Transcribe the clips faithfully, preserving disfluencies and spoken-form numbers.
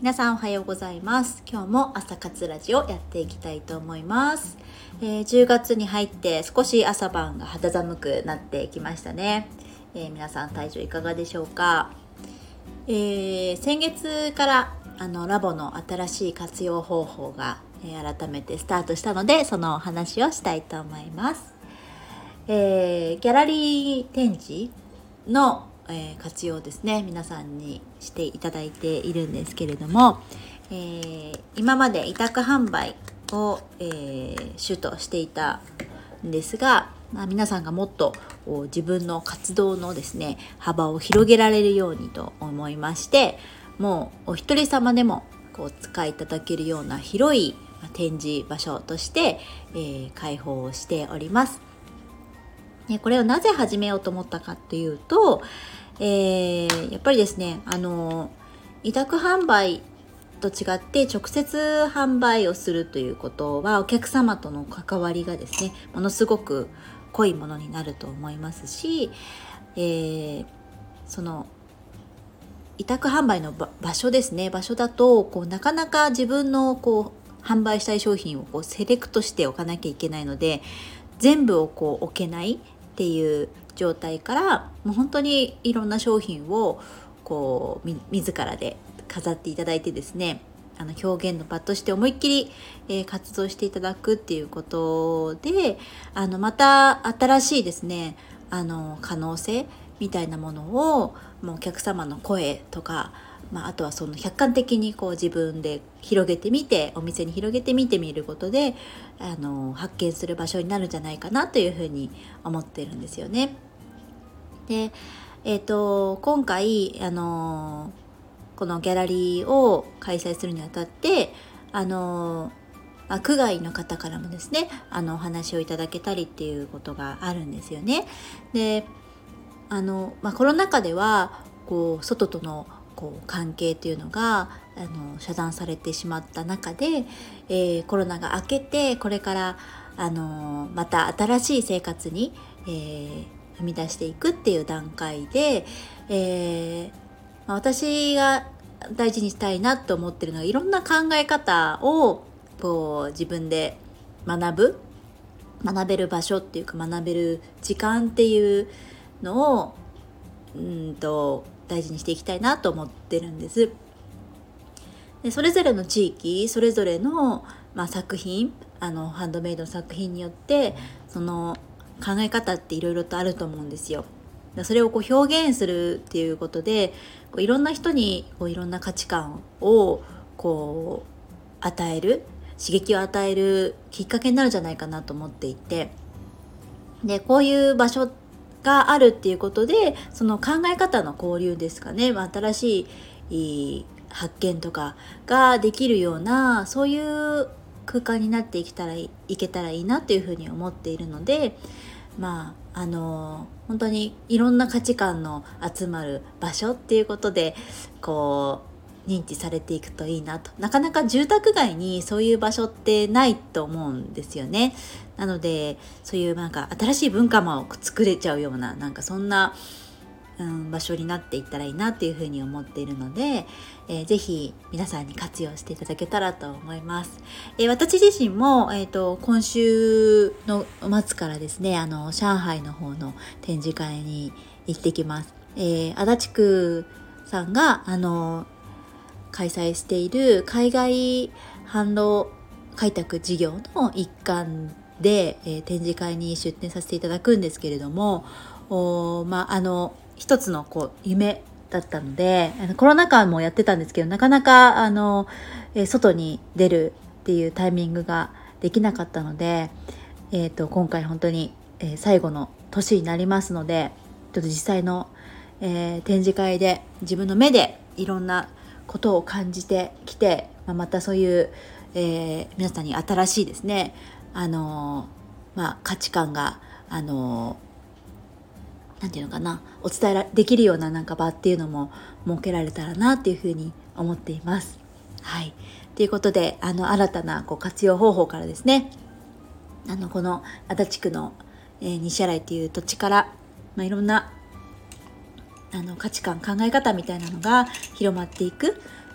皆さんおはようございます。今日も朝活ラジオやっていきたいと思います、えー、じゅうがつに入って少し朝晩が肌寒くなってきましたね、えー、皆さん体調いかがでしょうか。えー、先月からあのラボの新しい活用方法が、えー、改めてスタートしたので、そのお話をしたいと思います。えー、ギャラリー展示のえー、活用ですね、皆さんにしていただいているんですけれども、えー、今まで委託販売を、えー、主としていたんですが、まあ、皆さんがもっと自分の活動のですね幅を広げられるようにと思いまして、もうお一人様でもこう使いいただけるような広い展示場所として、えー、開放をしております。これをなぜ始めようと思ったかというと、えー、やっぱりですね、あの委託販売と違って直接販売をするということは、お客様との関わりがですねものすごく濃いものになると思いますし、えー、その委託販売の場所ですね場所だとこうなかなか自分のこう販売したい商品をこうセレクトしておかなきゃいけないので、全部をこう置けないっていう状態から、もう本当にいろんな商品をこう自らで飾っていただいてですね、あの表現の場として思いっきり、えー、活動していただくっていうことで、あのまた新しいですねあの可能性みたいなものをもうお客様の声とか、まあ、あとはその客観的にこう自分で広げてみて、お店に広げてみてみることであの発見する場所になるんじゃないかなというふうに思ってるんですよね。で、えーと、今回あのこのギャラリーを開催するにあたってあのまあ、区外の方からもですねあのお話をいただけたりっていうことがあるんですよね。であの、まあ、コロナ禍ではこう外とのこう関係というのがあの遮断されてしまった中で、えー、コロナが明けてこれからあのまた新しい生活に、えー、踏み出していくっていう段階で、えーまあ、私が大事にしたいなと思ってるのは、いろんな考え方をこう自分で学ぶ学べる場所っていうか、学べる時間っていうのをうんと大事にしていきたいなと思ってるんです。でそれぞれの地域それぞれの、まあ、作品あのハンドメイドの作品によってその考え方っていろいろとあると思うんですよ。それをこう表現するっていうことでこういろんな人にこういろんな価値観をこう与える刺激を与えるきっかけになるんじゃないかなと思っていて、でこういう場所があるっていうことでその考え方の交流ですかね、新しい発見とかができるようなそういう空間になっていけたらいけたらいいなっていうふうに思っているので、まああの本当にいろんな価値観の集まる場所っていうことでこう認知されていくといいなと。なかなか住宅街にそういう場所ってないと思うんですよね。なのでそういうなんか新しい文化も作れちゃうようななんかそんな、うん、場所になっていったらいいなっていうふうに思っているので、えー、ぜひ皆さんに活用していただけたらと思います。えー、私自身も、えーと、今週の末からですねあの上海の方の展示会に行ってきます。えー、足立区さんがあの開催している海外販路開拓事業の一環で、えー、展示会に出展させていただくんですけれども、おまああの一つのこう夢だったので、あのコロナ禍もやってたんですけどなかなかあの、えー、外に出るっていうタイミングができなかったので、えー、と今回本当に、えー、最後の年になりますので、ちょっと実際の、えー、展示会で自分の目でいろんなことを感じてきて、まあ、またそういう、えー、皆さんに新しいですねあのー、まあ、価値観があのー、なんていうのかなお伝えできるようななんか場っていうのも設けられたらなっていうふうに思っています。はい。ということであの新たなこう活用方法からですね、あのこの足立区の、えー、西新井っていう土地から、まあ、いろんなあの価値観考え方みたいなのが広まっていく、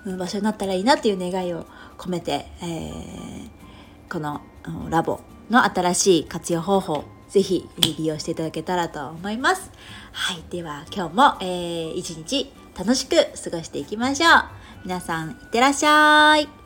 場所になったらいいなっていう願いを込めて、えー、このラボの新しい活用方法、ぜひ利用していただけたらと思います。はい、では今日も、えー、一日楽しく過ごしていきましょう。皆さんいってらっしゃい。